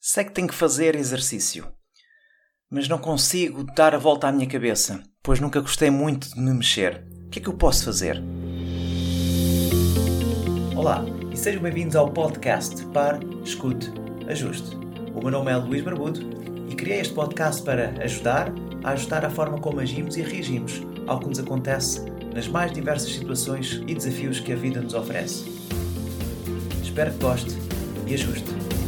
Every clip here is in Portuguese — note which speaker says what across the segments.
Speaker 1: Sei que tenho que fazer exercício, mas não consigo dar a volta à minha cabeça, pois nunca gostei muito de me mexer. O que é que eu posso fazer? Olá, e sejam bem-vindos ao podcast Pare, Escute, Ajuste. O meu nome é Luís Barbudo e criei este podcast para ajudar a ajustar a forma como agimos e reagimos ao que nos acontece nas mais diversas situações e desafios que a vida nos oferece. Espero que goste e ajuste.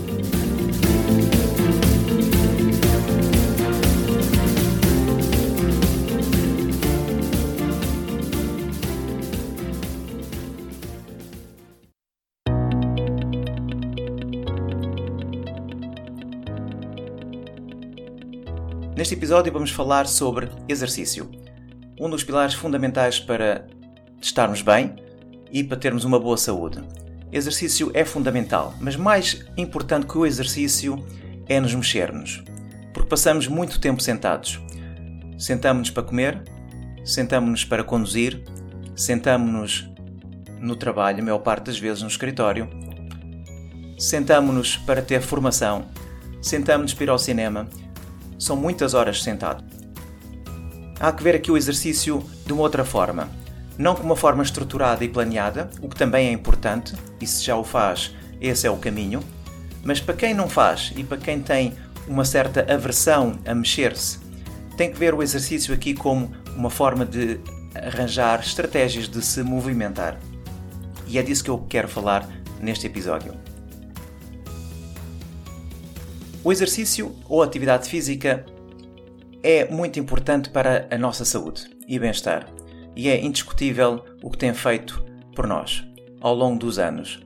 Speaker 1: Neste episódio vamos falar sobre exercício, um dos pilares fundamentais para estarmos bem e para termos uma boa saúde. Exercício é fundamental, mas mais importante que o exercício é nos mexermos, porque passamos muito tempo sentados. Sentamo-nos para comer, sentamo-nos para conduzir, sentamo-nos no trabalho, a maior parte das vezes no escritório, sentamo-nos para ter formação, sentamo-nos para ir ao cinema. São muitas horas sentado. Há que ver aqui o exercício de uma outra forma. Não como uma forma estruturada e planeada, o que também é importante, e se já o faz, esse é o caminho. Mas para quem não faz e para quem tem uma certa aversão a mexer-se, tem que ver o exercício aqui como uma forma de arranjar estratégias de se movimentar. E é disso que eu quero falar neste episódio. O exercício ou atividade física é muito importante para a nossa saúde e bem-estar, e é indiscutível o que tem feito por nós ao longo dos anos.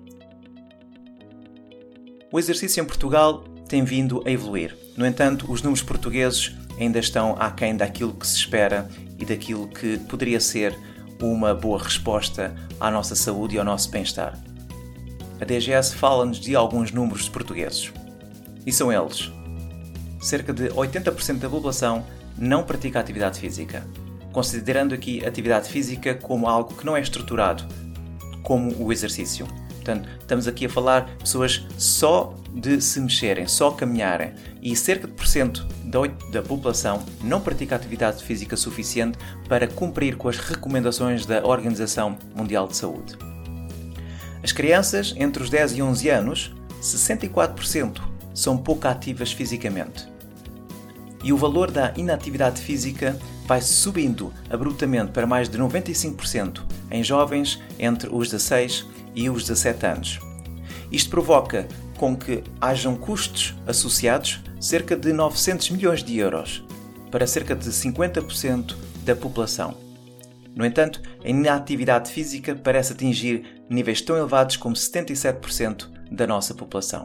Speaker 1: O exercício em Portugal tem vindo a evoluir. No entanto, os números portugueses ainda estão aquém daquilo que se espera e daquilo que poderia ser uma boa resposta à nossa saúde e ao nosso bem-estar. A DGS fala-nos de alguns números portugueses. E são eles. Cerca de 80% da população não pratica atividade física, considerando aqui a atividade física como algo que não é estruturado, como o exercício. Portanto, estamos aqui a falar de pessoas só de se mexerem, só caminharem, e cerca de % da população não pratica atividade física suficiente para cumprir com as recomendações da Organização Mundial de Saúde. As crianças entre os 10 e 11 anos, 64% são pouco ativas fisicamente. E o valor da inatividade física vai subindo abruptamente para mais de 95% em jovens entre os 16 e os 17 anos. Isto provoca com que hajam custos associados cerca de 900 milhões de euros para cerca de 50% da população. No entanto, a inatividade física parece atingir níveis tão elevados como 77% da nossa população.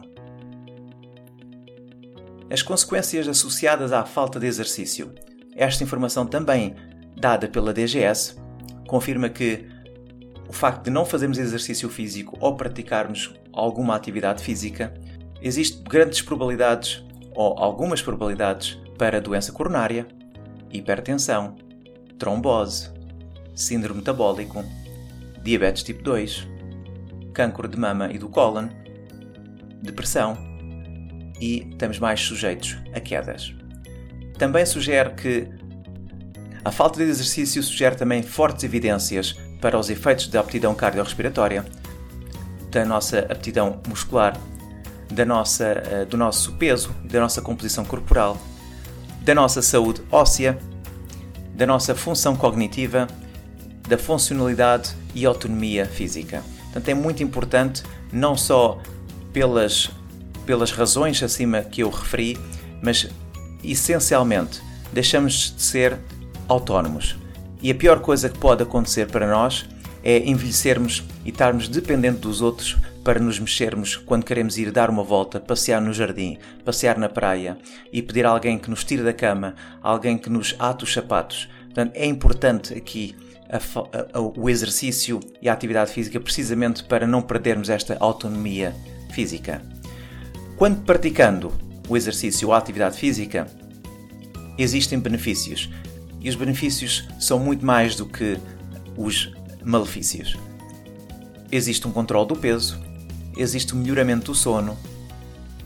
Speaker 1: As consequências associadas à falta de exercício. Esta informação também dada pela DGS confirma que o facto de não fazermos exercício físico ou praticarmos alguma atividade física, existem grandes probabilidades ou algumas probabilidades para doença coronária, hipertensão, trombose, síndrome metabólico, diabetes tipo 2, cancro de mama e do cólon, depressão, e estamos mais sujeitos a quedas. Também sugere que a falta de exercício sugere também fortes evidências para os efeitos da aptidão cardiorrespiratória, da nossa aptidão muscular, do nosso peso, da nossa composição corporal, da nossa saúde óssea, da nossa função cognitiva, da funcionalidade e autonomia física. Portanto, é muito importante, não só pelas razões acima que eu referi, mas essencialmente deixamos de ser autónomos. E a pior coisa que pode acontecer para nós é envelhecermos e estarmos dependentes dos outros para nos mexermos quando queremos ir dar uma volta, passear no jardim, passear na praia e pedir a alguém que nos tire da cama, alguém que nos ate os sapatos. Portanto, é importante aqui o exercício e a atividade física precisamente para não perdermos esta autonomia física. Quando praticando o exercício ou a atividade física, existem benefícios. E os benefícios são muito mais do que os malefícios. Existe um controle do peso, existe um melhoramento do sono,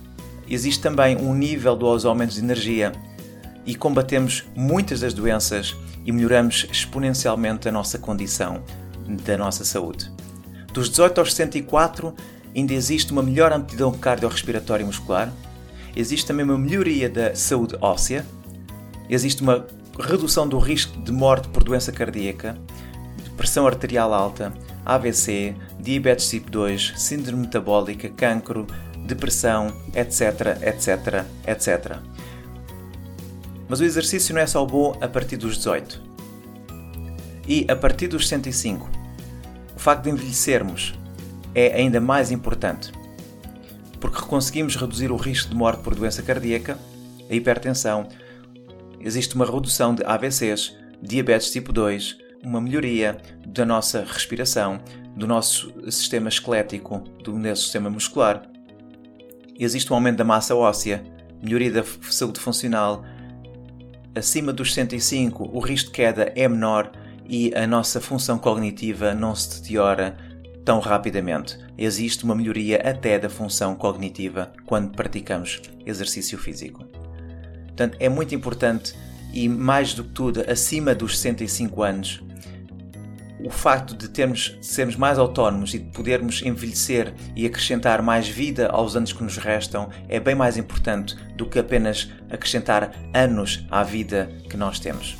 Speaker 1: existe também um nível de aumentos de energia e combatemos muitas das doenças e melhoramos exponencialmente a nossa condição da nossa saúde. Dos 18 aos 64 ainda existe uma melhor aptidão cardiorrespiratória e muscular, existe também uma melhoria da saúde óssea, existe uma redução do risco de morte por doença cardíaca, de pressão arterial alta, AVC, diabetes tipo 2, síndrome metabólica, cancro, depressão, etc, etc, etc. Mas o exercício não é só bom a partir dos 18. E a partir dos 65, o facto de envelhecermos é ainda mais importante, porque conseguimos reduzir o risco de morte por doença cardíaca, a hipertensão, existe uma redução de AVCs, diabetes tipo 2, uma melhoria da nossa respiração, do nosso sistema esquelético, do nosso sistema muscular. Existe um aumento da massa óssea, melhoria da saúde funcional. Acima dos 65, o risco de queda é menor e a nossa função cognitiva não se deteriora tão rapidamente. Existe uma melhoria até da função cognitiva quando praticamos exercício físico. Portanto, é muito importante e, mais do que tudo, acima dos 65 anos, o facto de sermos mais autónomos e de podermos envelhecer e acrescentar mais vida aos anos que nos restam é bem mais importante do que apenas acrescentar anos à vida que nós temos.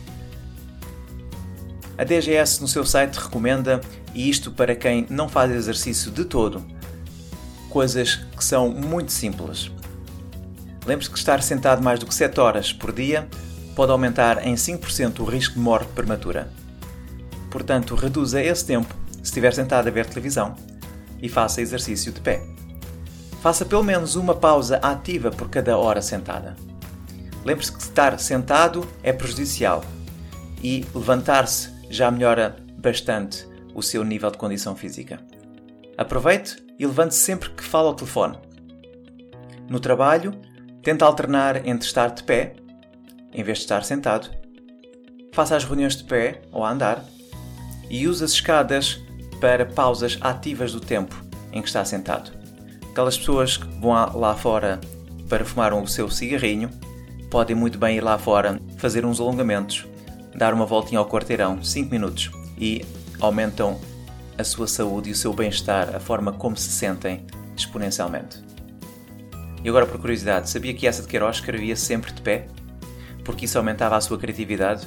Speaker 1: A DGS no seu site recomenda, e isto para quem não faz exercício de todo, coisas que são muito simples. Lembre-se que estar sentado mais do que 7 horas por dia pode aumentar em 5% o risco de morte prematura. Portanto, reduza esse tempo se estiver sentado a ver televisão e faça exercício de pé. Faça pelo menos uma pausa ativa por cada hora sentada. Lembre-se que estar sentado é prejudicial e levantar-se já melhora bastante o seu nível de condição física. Aproveite e levante-se sempre que fala ao telefone. No trabalho, tente alternar entre estar de pé, em vez de estar sentado. Faça as reuniões de pé ou a andar e use as escadas para pausas ativas do tempo em que está sentado. Aquelas pessoas que vão lá fora para fumar o seu cigarrinho podem muito bem ir lá fora fazer uns alongamentos, dar uma voltinha ao quarteirão, 5 minutos, e aumentam a sua saúde e o seu bem-estar, a forma como se sentem exponencialmente. E agora, por curiosidade, sabia que Eça de Queiroz escrevia sempre de pé? Porque isso aumentava a sua criatividade?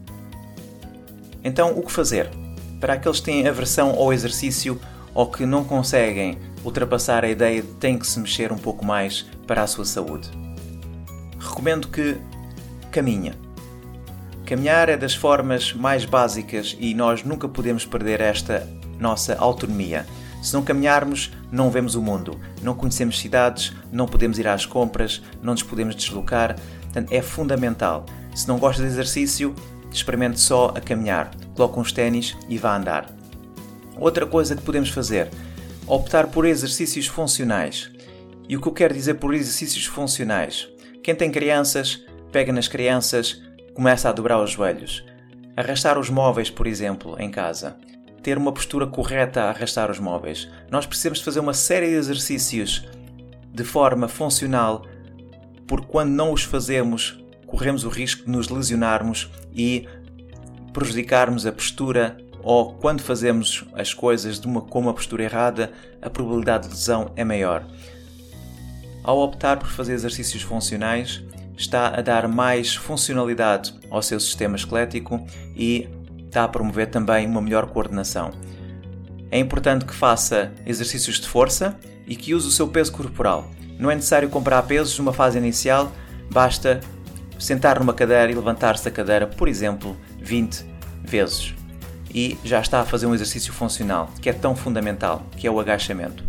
Speaker 1: Então, o que fazer? Para aqueles que têm aversão ao exercício ou que não conseguem ultrapassar a ideia de que têm que se mexer um pouco mais para a sua saúde. Recomendo que caminhem. Caminhar é das formas mais básicas e nós nunca podemos perder esta nossa autonomia. Se não caminharmos, não vemos o mundo, não conhecemos cidades, não podemos ir às compras, não nos podemos deslocar. Portanto, é fundamental. Se não gosta de exercício, experimente só a caminhar. Coloque uns ténis e vá andar. Outra coisa que podemos fazer, optar por exercícios funcionais. E o que eu quero dizer por exercícios funcionais? Quem tem crianças, pega nas crianças, começa a dobrar os joelhos. Arrastar os móveis, por exemplo, em casa. Ter uma postura correta a arrastar os móveis. Nós precisamos fazer uma série de exercícios de forma funcional, porque quando não os fazemos, corremos o risco de nos lesionarmos e prejudicarmos a postura, ou quando fazemos as coisas com uma postura errada, a probabilidade de lesão é maior. Ao optar por fazer exercícios funcionais, está a dar mais funcionalidade ao seu sistema esquelético e está a promover também uma melhor coordenação. É importante que faça exercícios de força e que use o seu peso corporal. Não é necessário comprar pesos numa fase inicial, basta sentar numa cadeira e levantar-se da cadeira, por exemplo, 20 vezes. E já está a fazer um exercício funcional, que é tão fundamental, que é o agachamento.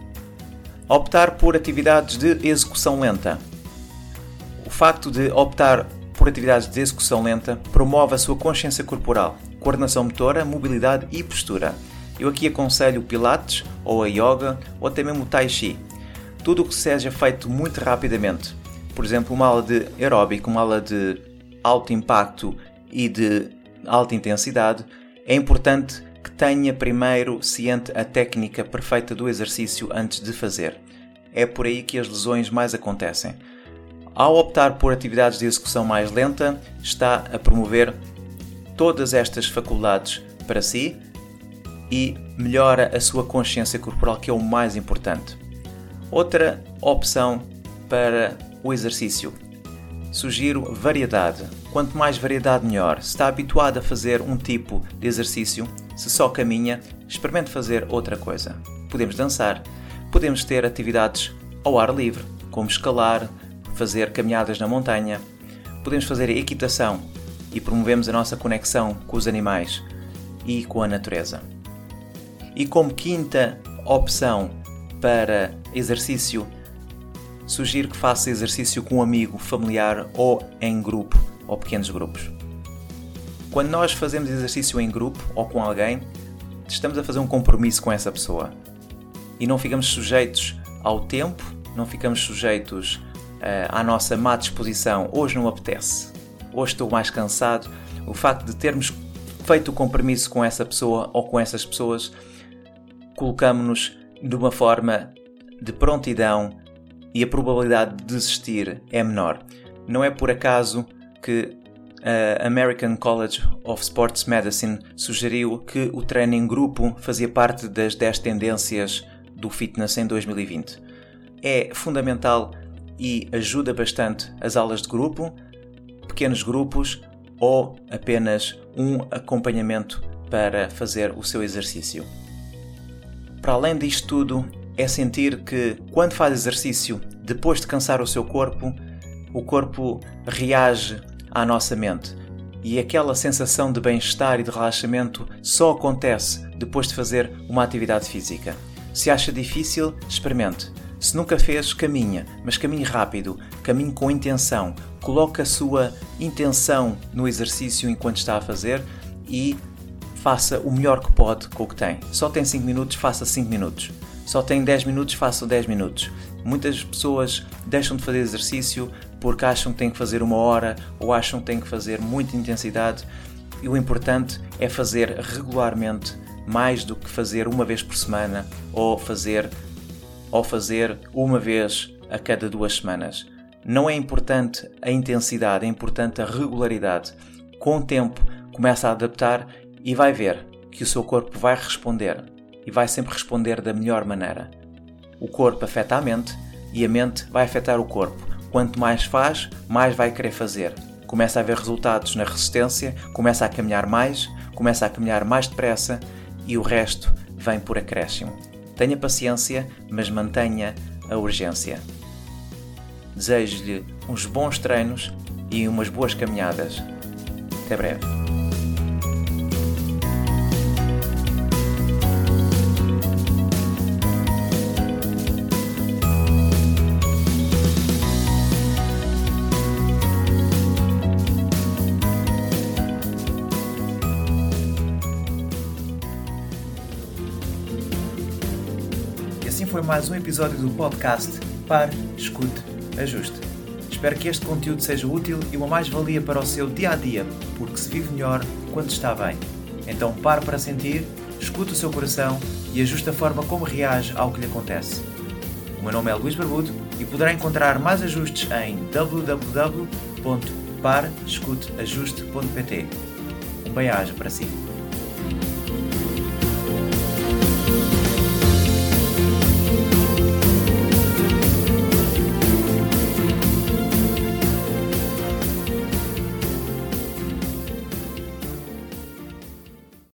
Speaker 1: Optar por atividades de execução lenta. O facto de optar por atividades de execução lenta promove a sua consciência corporal, coordenação motora, mobilidade e postura. Eu aqui aconselho o Pilates, ou a Yoga, ou até mesmo o Tai Chi. Tudo o que seja feito muito rapidamente. Por exemplo, uma aula de aeróbico, uma aula de alto impacto e de alta intensidade, é importante que tenha primeiro ciente a técnica perfeita do exercício antes de fazer. é por aí que as lesões mais acontecem. Ao optar por atividades de execução mais lenta, está a promover todas estas faculdades para si e melhora a sua consciência corporal, que é o mais importante. Outra opção para o exercício. Sugiro variedade. Quanto mais variedade, melhor. Se está habituado a fazer um tipo de exercício, se só caminha, experimente fazer outra coisa. Podemos dançar, podemos ter atividades ao ar livre, como escalar, fazer caminhadas na montanha, podemos fazer equitação e promovemos a nossa conexão com os animais e com a natureza. E como quinta opção para exercício, sugiro que faça exercício com um amigo, familiar ou em grupo ou pequenos grupos. Quando nós fazemos exercício em grupo ou com alguém, estamos a fazer um compromisso com essa pessoa e não ficamos sujeitos ao tempo, não ficamos sujeitos à nossa má disposição. Hoje não apetece, hoje estou mais cansado. O facto de termos feito o compromisso com essa pessoa ou com essas pessoas, colocamos-nos de uma forma de prontidão e a probabilidade de desistir é menor. Não é por acaso que a American College of Sports Medicine sugeriu que o treino em grupo fazia parte das 10 tendências do fitness em 2020. É fundamental e ajuda bastante as aulas de grupo, pequenos grupos ou apenas um acompanhamento para fazer o seu exercício. Para além disto tudo, é sentir que quando faz exercício, depois de cansar o seu corpo, o corpo reage à nossa mente. E aquela sensação de bem-estar e de relaxamento só acontece depois de fazer uma atividade física. Se acha difícil, experimente. Se nunca fez, caminha, mas caminhe rápido, caminhe com intenção. Coloque a sua intenção no exercício enquanto está a fazer e faça o melhor que pode com o que tem. Só tem 5 minutos, faça 5 minutos. Só tem 10 minutos, faça 10 minutos. Muitas pessoas deixam de fazer exercício porque acham que têm que fazer 1 hora ou acham que têm que fazer muita intensidade. E o importante é fazer regularmente, mais do que fazer uma vez por semana ou fazer uma vez a cada 2 semanas. Não é importante a intensidade, é importante a regularidade. Com o tempo, começa a adaptar e vai ver que o seu corpo vai responder e vai sempre responder da melhor maneira. O corpo afeta a mente e a mente vai afetar o corpo. Quanto mais faz, mais vai querer fazer. Começa a haver resultados na resistência, começa a caminhar mais depressa e o resto vem por acréscimo. Tenha paciência, mas mantenha a urgência. Desejo-lhe uns bons treinos e umas boas caminhadas. Até breve. Assim foi mais um episódio do podcast Pare, Escute, Ajuste. Espero que este conteúdo seja útil e uma mais-valia para o seu dia-a-dia, porque se vive melhor quando está bem. Então pare para sentir, escute o seu coração e ajuste a forma como reage ao que lhe acontece. O meu nome é Luís Barbudo e poderá encontrar mais ajustes em www.pareescuteajuste.pt. Um bem-aja para si.